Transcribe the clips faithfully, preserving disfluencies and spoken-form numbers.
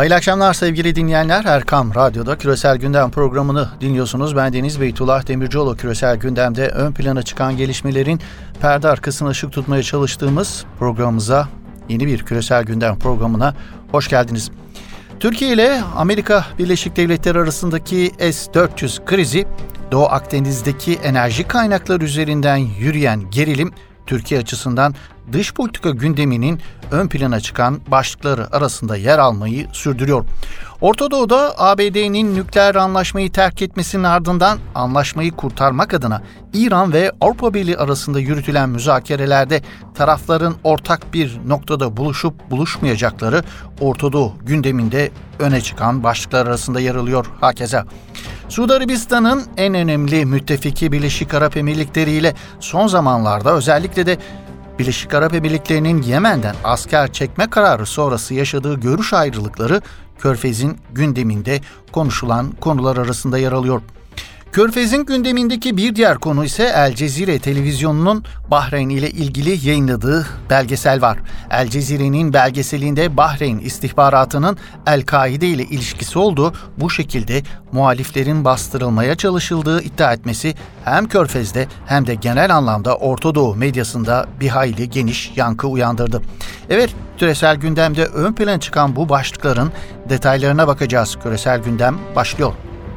Hayırlı akşamlar sevgili dinleyenler. Erkam Radyo'da Küresel Gündem programını dinliyorsunuz. Ben Deniz Beytullah Demircioğlu. Küresel Gündem'de ön plana çıkan gelişmelerin perde arkasına ışık tutmaya çalıştığımız programımıza, yeni bir Küresel Gündem programına hoş geldiniz. Türkiye ile Amerika Birleşik Devletleri arasındaki S dört yüz krizi, Doğu Akdeniz'deki enerji kaynakları üzerinden yürüyen gerilim, Türkiye açısından dış politika gündeminin ön plana çıkan başlıkları arasında yer almayı sürdürüyor. Orta Doğu'da A B D'nin nükleer anlaşmayı terk etmesinin ardından anlaşmayı kurtarmak adına İran ve Avrupa Birliği arasında yürütülen müzakerelerde tarafların ortak bir noktada buluşup buluşmayacakları Orta Doğu gündeminde öne çıkan başlıklar arasında yer alıyor hakeza. Suudi Arabistan'ın en önemli müttefiki Birleşik Arap Emirlikleri ile son zamanlarda özellikle de Birleşik Arap Emirlikleri'nin Yemen'den asker çekme kararı sonrası yaşadığı görüş ayrılıkları Körfez'in gündeminde konuşulan konular arasında yer alıyor. Körfez'in gündemindeki bir diğer konu ise El Cezire televizyonunun Bahreyn ile ilgili yayınladığı belgesel var. El Cezire'nin belgeselinde Bahreyn istihbaratının El-Kaide ile ilişkisi olduğu, bu şekilde muhaliflerin bastırılmaya çalışıldığı iddia etmesi hem Körfez'de hem de genel anlamda Orta Doğu medyasında bir hayli geniş yankı uyandırdı. Evet, küresel gündemde ön plana çıkan bu başlıkların detaylarına bakacağız. Küresel gündem başlıyor.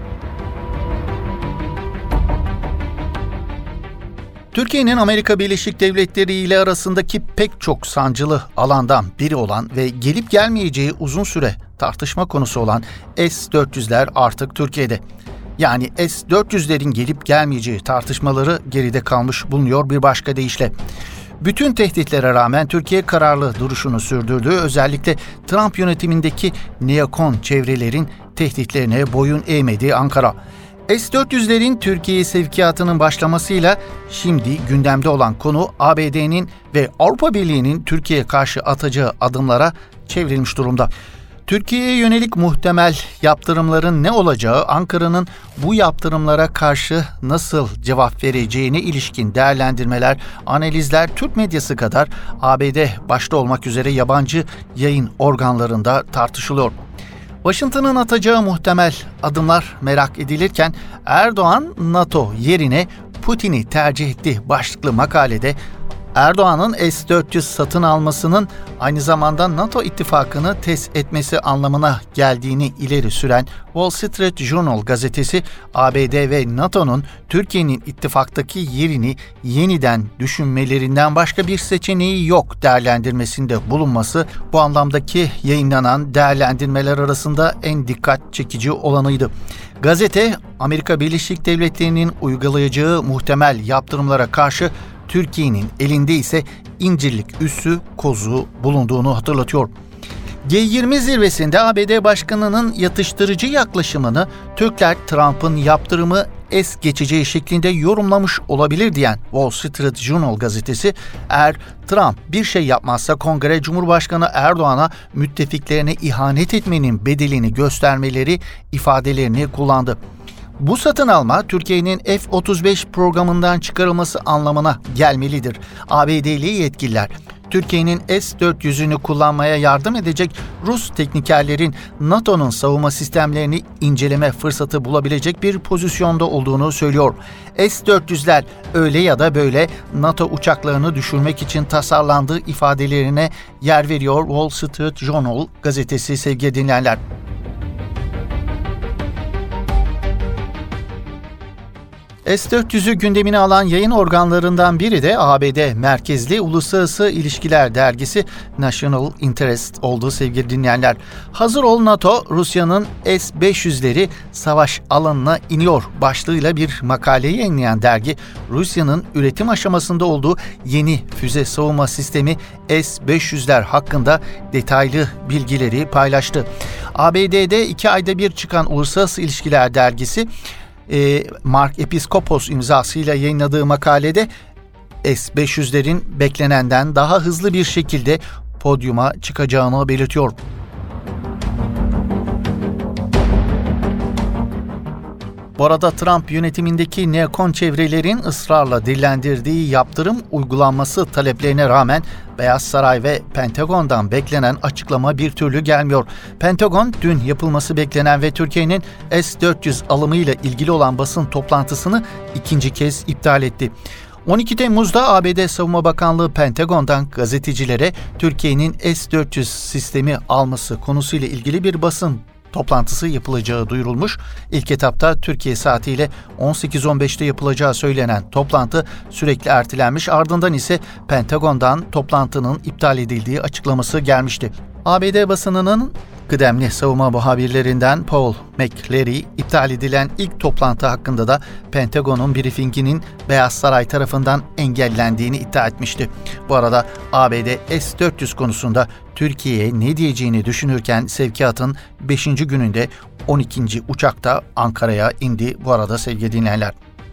Türkiye'nin Amerika Birleşik Devletleri ile arasındaki pek çok sancılı alandan biri olan ve gelip gelmeyeceği uzun süre tartışma konusu olan S dört yüzler artık Türkiye'de. Yani S dört yüzlerin gelip gelmeyeceği tartışmaları geride kalmış bulunuyor bir başka deyişle. Bütün tehditlere rağmen Türkiye kararlı duruşunu sürdürdü. Özellikle Trump yönetimindeki neokon çevrelerin tehditlerine boyun eğmedi Ankara. S dört yüzlerin Türkiye'ye sevkiyatının başlamasıyla şimdi gündemde olan konu A B D'nin ve Avrupa Birliği'nin Türkiye'ye karşı atacağı adımlara çevrilmiş durumda. Türkiye'ye yönelik muhtemel yaptırımların ne olacağı, Ankara'nın bu yaptırımlara karşı nasıl cevap vereceğine ilişkin değerlendirmeler, analizler Türk medyası kadar A B D başta olmak üzere yabancı yayın organlarında tartışılıyor. Washington'ın atacağı muhtemel adımlar merak edilirken Erdoğan NATO yerine Putin'i tercih etti başlıklı makalede Erdoğan'ın S dört yüz satın almasının aynı zamanda NATO ittifakını test etmesi anlamına geldiğini ileri süren Wall Street Journal gazetesi, A B D ve NATO'nun Türkiye'nin ittifaktaki yerini yeniden düşünmelerinden başka bir seçeneği yok değerlendirmesinde bulunması bu anlamdaki yayınlanan değerlendirmeler arasında en dikkat çekici olanıydı. Gazete, Amerika Birleşik Devletleri'nin uygulayacağı muhtemel yaptırımlara karşı Türkiye'nin elinde ise incirlik üssü kozu bulunduğunu hatırlatıyor. G yirmi zirvesinde A B D Başkanı'nın yatıştırıcı yaklaşımını Türkler Trump'ın yaptırımı es geçeceği şeklinde yorumlamış olabilir diyen Wall Street Journal gazetesi, eğer Trump bir şey yapmazsa Kongre Cumhurbaşkanı Erdoğan'a müttefiklerine ihanet etmenin bedelini göstermeleri ifadelerini kullandı. Bu satın alma Türkiye'nin F otuz beş programından çıkarılması anlamına gelmelidir. A B D'li yetkililer Türkiye'nin S dört yüzünü kullanmaya yardım edecek Rus teknikerlerin NATO'nun savunma sistemlerini inceleme fırsatı bulabilecek bir pozisyonda olduğunu söylüyor. S dört yüzler öyle ya da böyle NATO uçaklarını düşürmek için tasarlandığı ifadelerine yer veriyor Wall Street Journal gazetesi sevgili dinleyenler. S dört yüzü gündemine alan yayın organlarından biri de A B D merkezli Uluslararası İlişkiler Dergisi National Interest oldu sevgili dinleyenler. Hazır ol NATO, Rusya'nın S beş yüzleri savaş alanına iniyor başlığıyla bir makale yayınlayan dergi, Rusya'nın üretim aşamasında olduğu yeni füze savunma sistemi S beş yüzler hakkında detaylı bilgileri paylaştı. A B D'de iki ayda bir çıkan Uluslararası İlişkiler Dergisi, Mark Episkopos imzasıyla yayınladığı makalede S beş yüzlerin beklenenden daha hızlı bir şekilde podyuma çıkacağını belirtiyor. Bu arada Trump yönetimindeki neokon çevrelerin ısrarla dillendirdiği yaptırım uygulanması taleplerine rağmen Beyaz Saray ve Pentagon'dan beklenen açıklama bir türlü gelmiyor. Pentagon dün yapılması beklenen ve Türkiye'nin S dört yüz alımıyla ilgili olan basın toplantısını ikinci kez iptal etti. on iki Temmuz'da A B D Savunma Bakanlığı Pentagon'dan gazetecilere Türkiye'nin S dört yüz sistemi alması konusuyla ilgili bir basın toplantısı yapılacağı duyurulmuş. İlk etapta Türkiye saatiyle on sekiz on beşte yapılacağı söylenen toplantı sürekli ertelenmiş. Ardından ise Pentagon'dan toplantının iptal edildiği açıklaması gelmişti. A B D basınının kıdemli savunma muhabirlerinden Paul McCleary, iptal edilen ilk toplantı hakkında da Pentagon'un briefinginin Beyaz Saray tarafından engellendiğini iddia etmişti. Bu arada A B D S dört yüz konusunda Türkiye'ye ne diyeceğini düşünürken sevkiyatın beşinci gününde on ikinci uçakta Ankara'ya indi. Bu arada sevgili dinleyenler.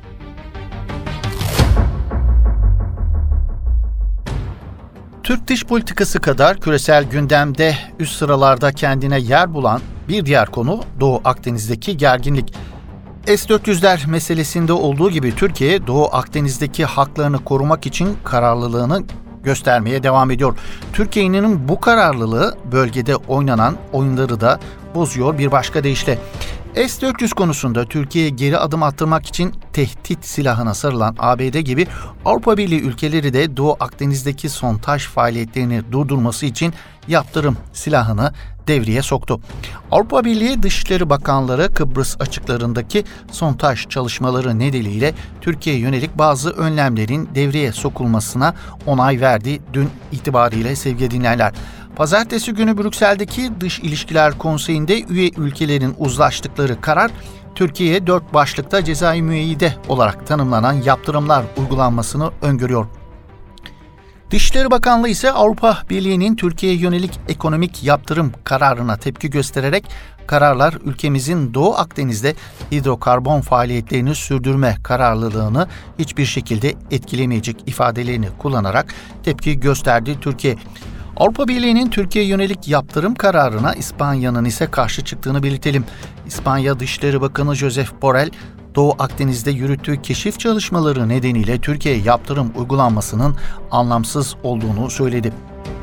Türk dış politikası kadar küresel gündemde üst sıralarda kendine yer bulan bir diğer konu Doğu Akdeniz'deki gerginlik. S dört yüzler meselesinde olduğu gibi Türkiye, Doğu Akdeniz'deki haklarını korumak için kararlılığını göstermeye devam ediyor. Türkiye'nin bu kararlılığı bölgede oynanan oyunları da bozuyor bir başka deyişle. S dört yüz konusunda Türkiye'ye geri adım attırmak için tehdit silahına sarılan A B D gibi Avrupa Birliği ülkeleri de Doğu Akdeniz'deki sondaj faaliyetlerini durdurması için yaptırım silahını devreye soktu. Avrupa Birliği Dışişleri Bakanları Kıbrıs açıklarındaki sondaj çalışmaları nedeniyle Türkiye'ye yönelik bazı önlemlerin devreye sokulmasına onay verdi dün itibariyle sevgili dinleyenler. Pazartesi günü Brüksel'deki Dış İlişkiler Konseyi'nde üye ülkelerin uzlaştıkları karar, Türkiye'ye dört başlıkta cezai müeyyide olarak tanımlanan yaptırımlar uygulanmasını öngörüyor. Dışişleri Bakanlığı ise Avrupa Birliği'nin Türkiye'ye yönelik ekonomik yaptırım kararına tepki göstererek kararlar ülkemizin Doğu Akdeniz'de hidrokarbon faaliyetlerini sürdürme kararlılığını hiçbir şekilde etkilemeyecek ifadelerini kullanarak tepki gösterdi Türkiye. Avrupa Birliği'nin Türkiye'ye yönelik yaptırım kararına İspanya'nın ise karşı çıktığını belirtelim. İspanya Dışişleri Bakanı Josep Borrell, Doğu Akdeniz'de yürüttüğü keşif çalışmaları nedeniyle Türkiye'ye yaptırım uygulanmasının anlamsız olduğunu söyledi.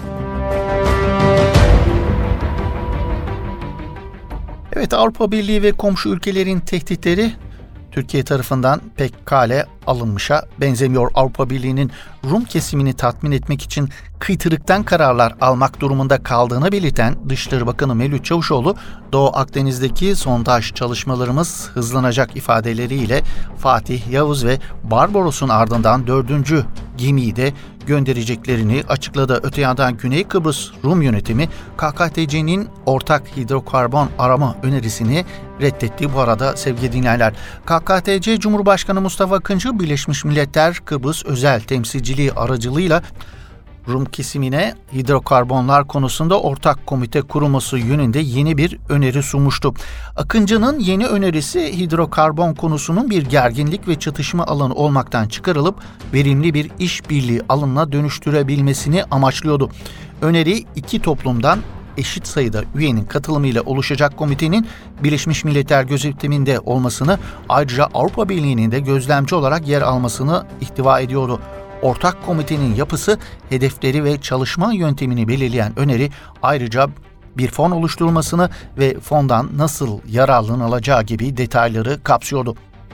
Evet, Avrupa Birliği ve komşu ülkelerin tehditleri Türkiye tarafından pek kale alınmışa benzemiyor. Avrupa Birliği'nin Rum kesimini tatmin etmek için kıytırıktan kararlar almak durumunda kaldığını belirten Dışişleri Bakanı Mevlüt Çavuşoğlu, Doğu Akdeniz'deki sondaj çalışmalarımız hızlanacak ifadeleriyle Fatih, Yavuz ve Barbaros'un ardından dördüncü gemiyi de göndereceklerini açıkladı. Öte yandan Güney Kıbrıs Rum yönetimi K K T C'nin ortak hidrokarbon arama önerisini reddetti. Bu arada sevgili dinleyenler, K K T C Cumhurbaşkanı Mustafa Akıncı, Birleşmiş Milletler Kıbrıs Özel Temsilciliği aracılığıyla Rum kesimine hidrokarbonlar konusunda ortak komite kurulması yönünde yeni bir öneri sunmuştu. Akıncı'nın yeni önerisi hidrokarbon konusunun bir gerginlik ve çatışma alanı olmaktan çıkarılıp verimli bir işbirliği alanına dönüştürebilmesini amaçlıyordu. Öneri iki toplumdan eşit sayıda üyenin katılımıyla oluşacak komitenin Birleşmiş Milletler gözetiminde olmasını, ayrıca Avrupa Birliği'nin de gözlemci olarak yer almasını ihtiva ediyordu. Ortak komitenin yapısı, hedefleri ve çalışma yöntemini belirleyen öneri ayrıca bir fon oluşturulmasını ve fondan nasıl yararlanılacağı gibi detayları kapsıyordu.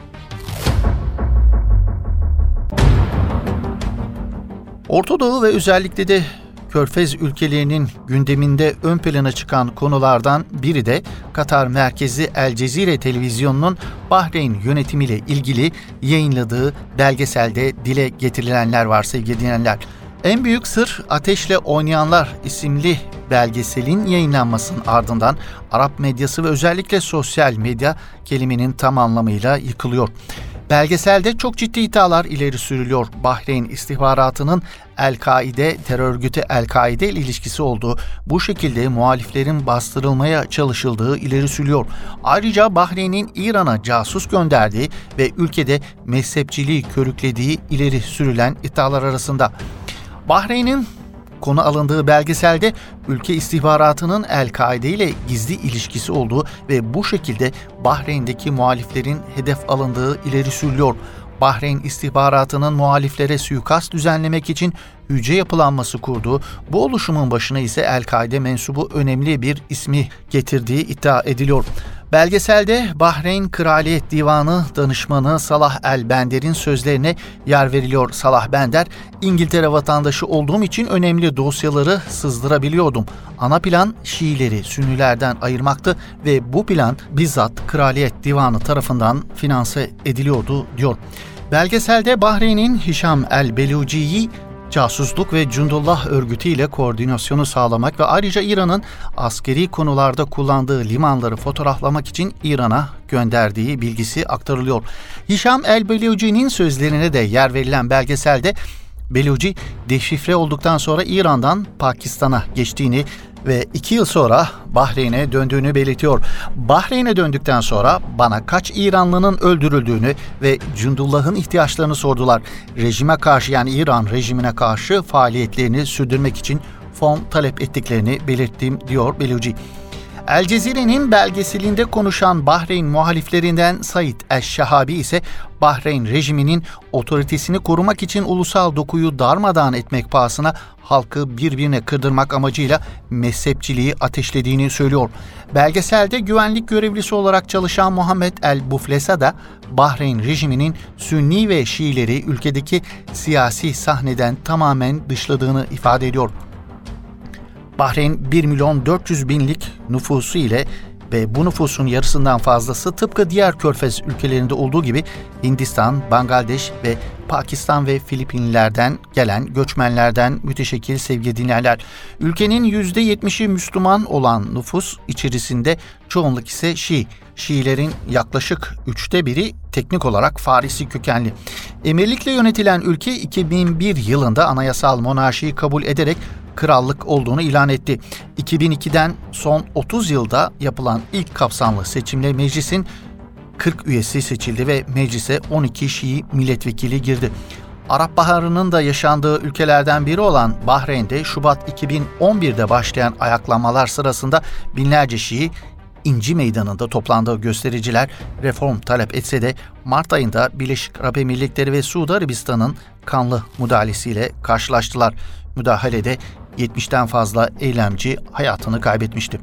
Orta Doğu ve özellikle de Körfez ülkelerinin gündeminde ön plana çıkan konulardan biri de Katar merkezli El Cezire televizyonunun Bahreyn yönetimiyle ilgili yayınladığı belgeselde dile getirilenler var sevgili dinleyenler. En büyük sır Ateşle Oynayanlar isimli belgeselin yayınlanmasının ardından Arap medyası ve özellikle sosyal medya kelimenin tam anlamıyla yıkılıyor. Belgeselde çok ciddi iddialar ileri sürülüyor. Bahreyn istihbaratının El-Kaide, terör örgütü El-Kaide ile ilişkisi olduğu, bu şekilde muhaliflerin bastırılmaya çalışıldığı ileri sürülüyor. Ayrıca Bahreyn'in İran'a casus gönderdiği ve ülkede mezhepçiliği körüklediği ileri sürülen iddialar arasında. Bahreyn'in konu alındığı belgeselde ülke istihbaratının El-Kaide ile gizli ilişkisi olduğu ve bu şekilde Bahreyn'deki muhaliflerin hedef alındığı ileri sürülüyor. Bahreyn istihbaratının muhaliflere suikast düzenlemek için hücre yapılanması kurduğu, bu oluşumun başına ise El-Kaide mensubu önemli bir ismi getirdiği iddia ediliyor. Belgeselde Bahreyn Kraliyet Divanı danışmanı Salah El-Bender'in sözlerine yer veriliyor. Salah Bender, İngiltere vatandaşı olduğum için önemli dosyaları sızdırabiliyordum. Ana plan Şiileri Sünnilerden ayırmaktı ve bu plan bizzat Kraliyet Divanı tarafından finanse ediliyordu diyor. Belgeselde Bahreyn'in Hişam El-Beluci'yi casusluk ve Cundullah örgütü ile koordinasyonu sağlamak ve ayrıca İran'ın askeri konularda kullandığı limanları fotoğraflamak için İran'a gönderdiği bilgisi aktarılıyor. Hişam El-Beluci'nin sözlerine de yer verilen belgeselde Beluci deşifre olduktan sonra İran'dan Pakistan'a geçtiğini ve iki yıl sonra Bahreyn'e döndüğünü belirtiyor. Bahreyn'e döndükten sonra bana kaç İranlının öldürüldüğünü ve Cundullah'ın ihtiyaçlarını sordular. Rejime karşı, yani İran rejimine karşı faaliyetlerini sürdürmek için fon talep ettiklerini belirttim diyor Beluci. El Cezire'nin belgeselinde konuşan Bahreyn muhaliflerinden Said Eş-Şahabi ise Bahreyn rejiminin otoritesini korumak için ulusal dokuyu darmadağın etmek pahasına halkı birbirine kırdırmak amacıyla mezhepçiliği ateşlediğini söylüyor. Belgeselde güvenlik görevlisi olarak çalışan Muhammed El-Buflesa da Bahreyn rejiminin Sünni ve Şiileri ülkedeki siyasi sahneden tamamen dışladığını ifade ediyor. Bahreyn bir milyon dört yüz binlik nüfusu ile ve bu nüfusun yarısından fazlası tıpkı diğer Körfez ülkelerinde olduğu gibi Hindistan, Bangladeş ve Pakistan ve Filipinlerden gelen göçmenlerden müteşekkil sevgili dinleyenler. Ülkenin yüzde yetmişi Müslüman olan nüfus içerisinde çoğunluk ise Şii. Şiilerin yaklaşık üçte biri teknik olarak Farisi kökenli. Emirlikle yönetilen ülke iki bin bir yılında anayasal monarşiyi kabul ederek krallık olduğunu ilan etti. iki bin ikiden son otuz yılda yapılan ilk kapsamlı seçimle meclisin kırk üyesi seçildi ve meclise on iki Şii milletvekili girdi. Arap Baharı'nın da yaşandığı ülkelerden biri olan Bahreyn'de Şubat iki bin on birde başlayan ayaklanmalar sırasında binlerce Şii İnci Meydanı'nda toplandığı göstericiler reform talep etse de Mart ayında Birleşik Arap Emirlikleri ve Suudi Arabistan'ın kanlı müdahalesiyle karşılaştılar. Müdahalede yetmişten fazla eylemci hayatını kaybetmişti.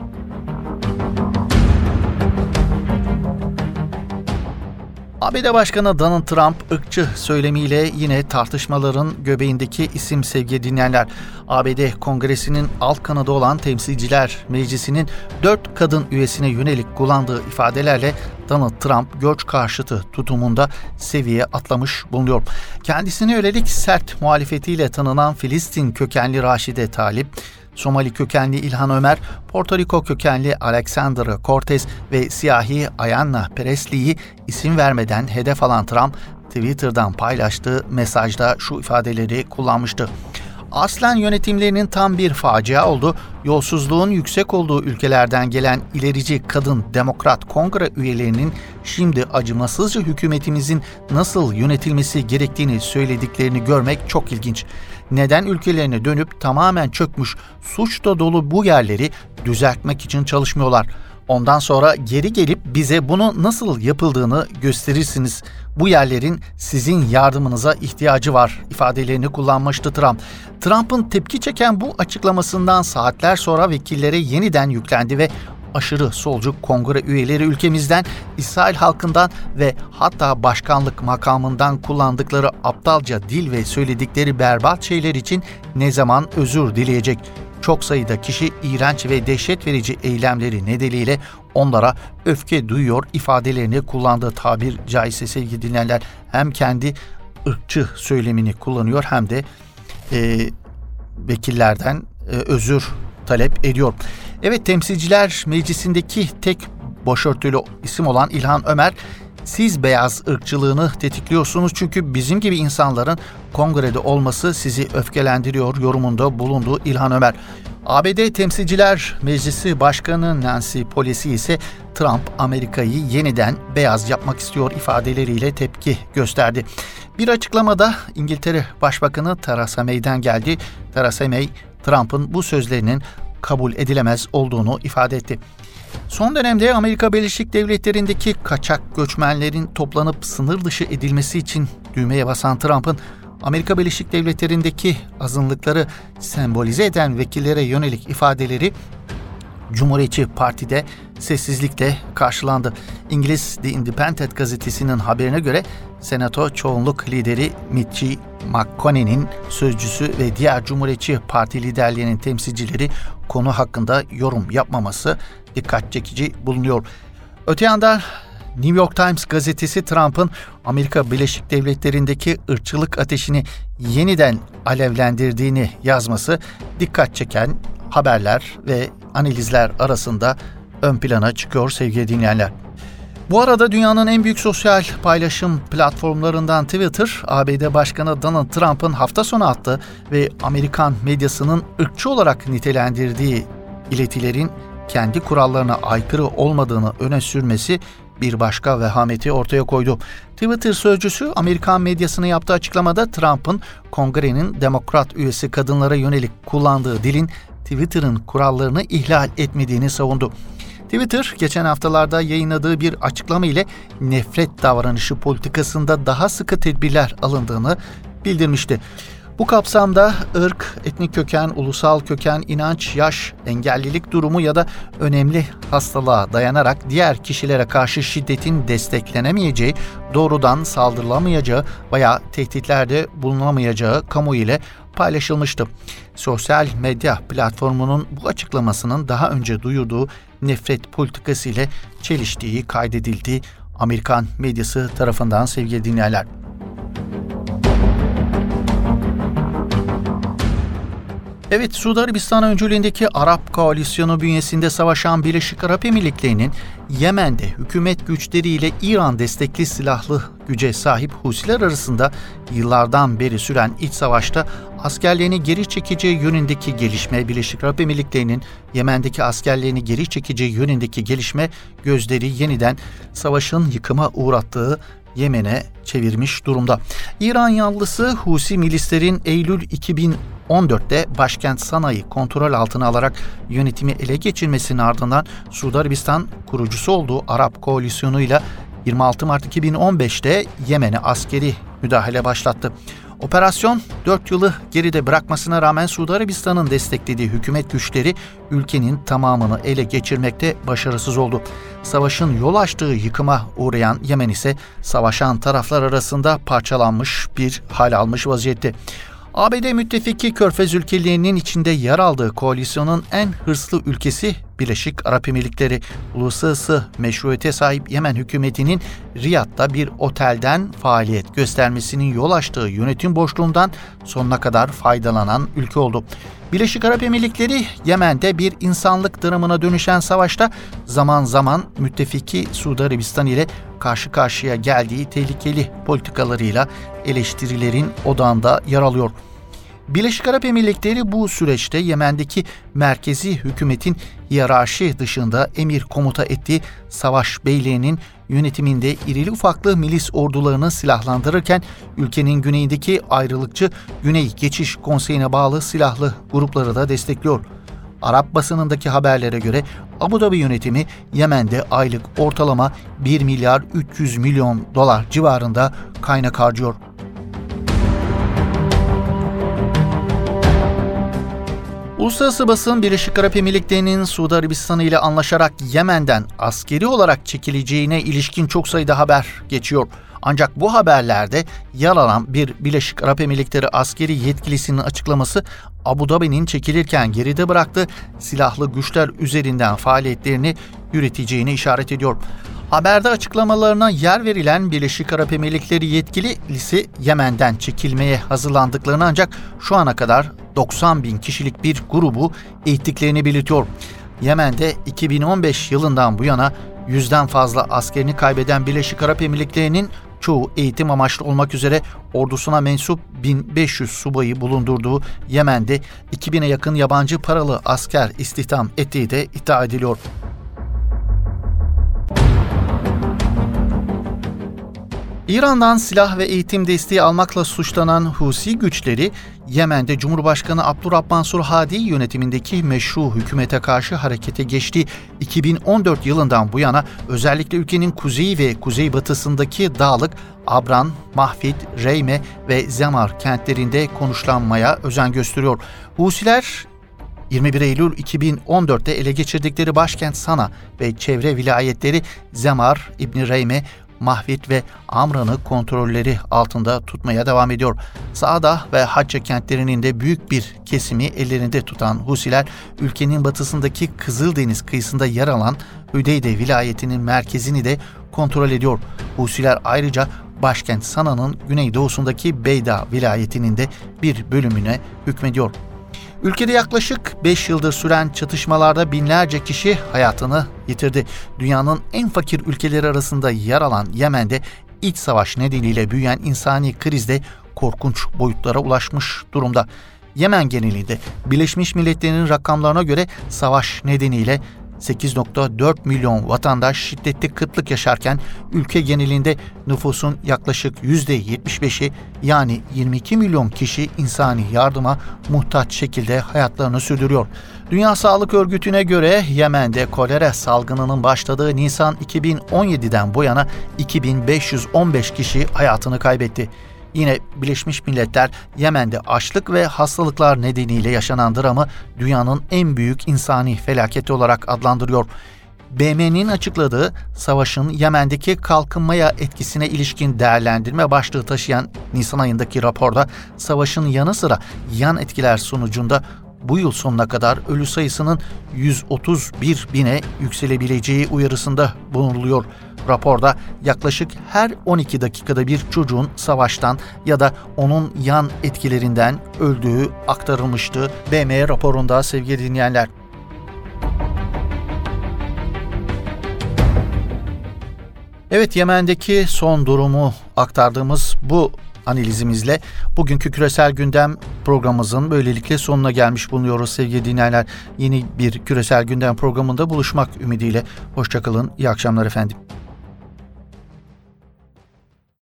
A B D Başkanı Donald Trump ırkçı söylemiyle yine tartışmaların göbeğindeki isim sevgili dinleyenler. A B D Kongresi'nin alt kanadı olan Temsilciler Meclisi'nin dört kadın üyesine yönelik kullandığı ifadelerle Donald Trump göç karşıtı tutumunda seviye atlamış bulunuyor. Kendisine yönelik sert muhalefetiyle tanınan Filistin kökenli Raşide Talip, Somali kökenli İlhan Ömer, Porto Rico kökenli Alexandra Cortez ve siyahi Ayanna Presley'i isim vermeden hedef alan Trump, Twitter'dan paylaştığı mesajda şu ifadeleri kullanmıştı. Aslen yönetimlerinin tam bir facia oldu. Yolsuzluğun yüksek olduğu ülkelerden gelen ilerici kadın demokrat kongre üyelerinin şimdi acımasızca hükümetimizin nasıl yönetilmesi gerektiğini söylediklerini görmek çok ilginç. Neden ülkelerine dönüp tamamen çökmüş, suçla dolu bu yerleri düzeltmek için çalışmıyorlar? Ondan sonra geri gelip bize bunu nasıl yapıldığını gösterirsiniz. Bu yerlerin sizin yardımınıza ihtiyacı var ifadelerini kullanmıştı Trump. Trump'ın tepki çeken bu açıklamasından saatler sonra vekillere yeniden yüklendi ve aşırı solcu kongre üyeleri ülkemizden, İsrail halkından ve hatta başkanlık makamından kullandıkları aptalca dil ve söyledikleri berbat şeyler için ne zaman özür dileyecek? Çok sayıda kişi iğrenç ve dehşet verici eylemleri nedeniyle onlara öfke duyuyor ifadelerini kullandığı tabir caizse sevgili dinleyenler hem kendi ırkçı söylemini kullanıyor hem de e, vekillerden e, özür talep ediyor. Evet, Temsilciler Meclisi'ndeki tek başörtülü isim olan İlhan Ömer, siz beyaz ırkçılığını tetikliyorsunuz çünkü bizim gibi insanların kongrede olması sizi öfkelendiriyor yorumunda bulunduğu İlhan Ömer. A B D Temsilciler Meclisi Başkanı Nancy Pelosi ise Trump Amerika'yı yeniden beyaz yapmak istiyor ifadeleriyle tepki gösterdi. Bir açıklamada İngiltere Başbakanı Theresa May'den geldi. Theresa May, Trump'ın bu sözlerinin kabul edilemez olduğunu ifade etti. Son dönemde Amerika Birleşik Devletleri'ndeki kaçak göçmenlerin toplanıp sınır dışı edilmesi için düğmeye basan Trump'ın Amerika Birleşik Devletleri'ndeki azınlıkları sembolize eden vekillere yönelik ifadeleri Cumhuriyetçi Parti'de sessizlikle karşılandı. İngiliz The Independent gazetesinin haberine göre Senato çoğunluk lideri Mitch McConnell'in sözcüsü ve diğer Cumhuriyetçi Parti liderlerinin temsilcileri konu hakkında yorum yapmaması dikkat çekici bulunuyor. Öte yandan New York Times gazetesi Trump'ın Amerika Birleşik Devletleri'ndeki ırkçılık ateşini yeniden alevlendirdiğini yazması dikkat çeken haberler ve analizler arasında ön plana çıkıyor sevgili dinleyenler. Bu arada dünyanın en büyük sosyal paylaşım platformlarından Twitter, A B D Başkanı Donald Trump'ın hafta sonu attığı ve Amerikan medyasının ırkçı olarak nitelendirdiği iletilerin kendi kurallarına aykırı olmadığını öne sürmesi bir başka vehameti ortaya koydu. Twitter sözcüsü Amerikan medyasına yaptığı açıklamada Trump'ın Kongre'nin Demokrat üyesi kadınlara yönelik kullandığı dilin Twitter'ın kurallarını ihlal etmediğini savundu. Twitter, geçen haftalarda yayınladığı bir açıklama ile nefret davranışı politikasında daha sıkı tedbirler alındığını bildirmişti. Bu kapsamda ırk, etnik köken, ulusal köken, inanç, yaş, engellilik durumu ya da önemli hastalığa dayanarak diğer kişilere karşı şiddetin desteklenemeyeceği, doğrudan saldırılamayacağı veya tehditlerde bulunamayacağı kamuoyu ile paylaşılmıştı. Sosyal medya platformunun bu açıklamasının daha önce duyurduğu nefret politikası ile çeliştiği kaydedildi Amerikan medyası tarafından sevgili dinleyenler. Evet, Suudi Arabistan öncülüğündeki Arap Koalisyonu bünyesinde savaşan Birleşik Arap Emirlikleri'nin Yemen'de hükümet güçleriyle İran destekli silahlı güce sahip Husiler arasında yıllardan beri süren iç savaşta askerlerini geri çekeceği yönündeki gelişme, Birleşik Arap Emirlikleri'nin Yemen'deki askerlerini geri çekeceği yönündeki gelişme gözleri yeniden savaşın yıkıma uğrattığı Yemen'e çevirmiş durumda. İran yanlısı Husi milislerin Eylül iki bin on dörtte başkent Sana'yı kontrol altına alarak yönetimi ele geçirmesinin ardından Suudi Arabistan kurucusu olduğu Arap Koalisyonu'yla yirmi altı Mart iki bin on beşte Yemen'e askeri müdahale başlattı. Operasyon dört yılı geride bırakmasına rağmen Suudi Arabistan'ın desteklediği hükümet güçleri ülkenin tamamını ele geçirmekte başarısız oldu. Savaşın yol açtığı yıkıma uğrayan Yemen ise savaşan taraflar arasında parçalanmış bir hal almış vaziyette. A B D müttefiki Körfez ülkelerinin içinde yer aldığı koalisyonun en hırslı ülkesi Birleşik Arap Emirlikleri, uluslararası meşruiyete sahip Yemen hükümetinin Riyad'da bir otelden faaliyet göstermesinin yol açtığı yönetim boşluğundan sonuna kadar faydalanan ülke oldu. Birleşik Arap Emirlikleri, Yemen'de bir insanlık dramına dönüşen savaşta zaman zaman müttefiki Suudi Arabistan ile karşı karşıya geldiği tehlikeli politikalarıyla eleştirilerin odağında yer alıyor. Birleşik Arap Emirlikleri bu süreçte Yemen'deki merkezi hükümetin hiyerarşi dışında emir komuta ettiği savaş beyliğinin yönetiminde irili ufaklı milis ordularını silahlandırırken ülkenin güneyindeki ayrılıkçı Güney Geçiş Konseyi'ne bağlı silahlı grupları da destekliyor. Arap basınındaki haberlere göre Abu Dhabi yönetimi Yemen'de aylık ortalama bir milyar üç yüz milyon dolar civarında kaynak harcıyor. Uluslararası basın Birleşik Arap Emirlikleri'nin Suudi Arabistan ile anlaşarak Yemen'den askeri olarak çekileceğine ilişkin çok sayıda haber geçiyor. Ancak bu haberlerde yer alan bir Birleşik Arap Emirlikleri askeri yetkilisinin açıklaması Abu Dhabi'nin çekilirken geride bıraktığı silahlı güçler üzerinden faaliyetlerini yürüteceğini işaret ediyor. Haberde açıklamalarına yer verilen Birleşik Arap Emirlikleri yetkilisi Yemen'den çekilmeye hazırlandıklarını ancak şu ana kadar doksan bin kişilik bir grubu eğittiklerini belirtiyor. Yemen'de iki bin on beş yılından bu yana yüzden fazla askerini kaybeden Birleşik Arap Emirlikleri'nin çoğu eğitim amaçlı olmak üzere ordusuna mensup bin beş yüz subayı bulundurduğu Yemen'de iki bine yakın yabancı paralı asker istihdam ettiği de iddia ediliyor. İran'dan silah ve eğitim desteği almakla suçlanan Husi güçleri, Yemen'de Cumhurbaşkanı Abdurrahman Mansur Hadi yönetimindeki meşru hükümete karşı harekete geçti. iki bin on dört yılından bu yana özellikle ülkenin kuzeyi ve kuzeybatısındaki dağlık Abran, Mahfid, Reyme ve Zemar kentlerinde konuşlanmaya özen gösteriyor. Husiler yirmi bir Eylül iki bin on dörtte ele geçirdikleri başkent Sana ve çevre vilayetleri Zemar, İbn Reyme, Mahfid ve Amran'ı kontrolleri altında tutmaya devam ediyor. Saada ve Hacca kentlerinin de büyük bir kesimi ellerinde tutan Husiler, ülkenin batısındaki Kızıldeniz kıyısında yer alan Hüdeyde vilayetinin merkezini de kontrol ediyor. Husiler ayrıca başkent Sana'nın güneydoğusundaki Beyda vilayetinin de bir bölümüne hükmediyor. Ülkede yaklaşık beş yıldır süren çatışmalarda binlerce kişi hayatını yitirdi. Dünyanın en fakir ülkeleri arasında yer alan Yemen'de iç savaş nedeniyle büyüyen insani kriz de korkunç boyutlara ulaşmış durumda. Yemen genelinde Birleşmiş Milletler'in rakamlarına göre savaş nedeniyle sekiz virgül dört milyon vatandaş şiddetli kıtlık yaşarken ülke genelinde nüfusun yaklaşık yüzde yetmiş beşi yani yirmi iki milyon kişi insani yardıma muhtaç şekilde hayatlarını sürdürüyor. Dünya Sağlık Örgütü'ne göre Yemen'de kolera salgınının başladığı Nisan iki bin on yediden bu yana iki bin beş yüz on beş kişi hayatını kaybetti. Yine Birleşmiş Milletler Yemen'de açlık ve hastalıklar nedeniyle yaşanan dramı dünyanın en büyük insani felaketi olarak adlandırıyor. B M'nin açıkladığı savaşın Yemen'deki kalkınmaya etkisine ilişkin değerlendirme başlığı taşıyan Nisan ayındaki raporda savaşın yanı sıra yan etkiler sonucunda bu yıl sonuna kadar ölü sayısının yüz otuz bir bine yükselebileceği uyarısında bulunuluyor. Raporda yaklaşık her on iki dakikada bir çocuğun savaştan ya da onun yan etkilerinden öldüğü aktarılmıştı B M raporunda sevgili dinleyenler. Evet, Yemen'deki son durumu aktardığımız bu analizimizle bugünkü Küresel Gündem programımızın böylelikle sonuna gelmiş bulunuyoruz sevgili dinleyenler. Yeni bir Küresel Gündem programında buluşmak ümidiyle. Hoşça kalın, iyi akşamlar efendim.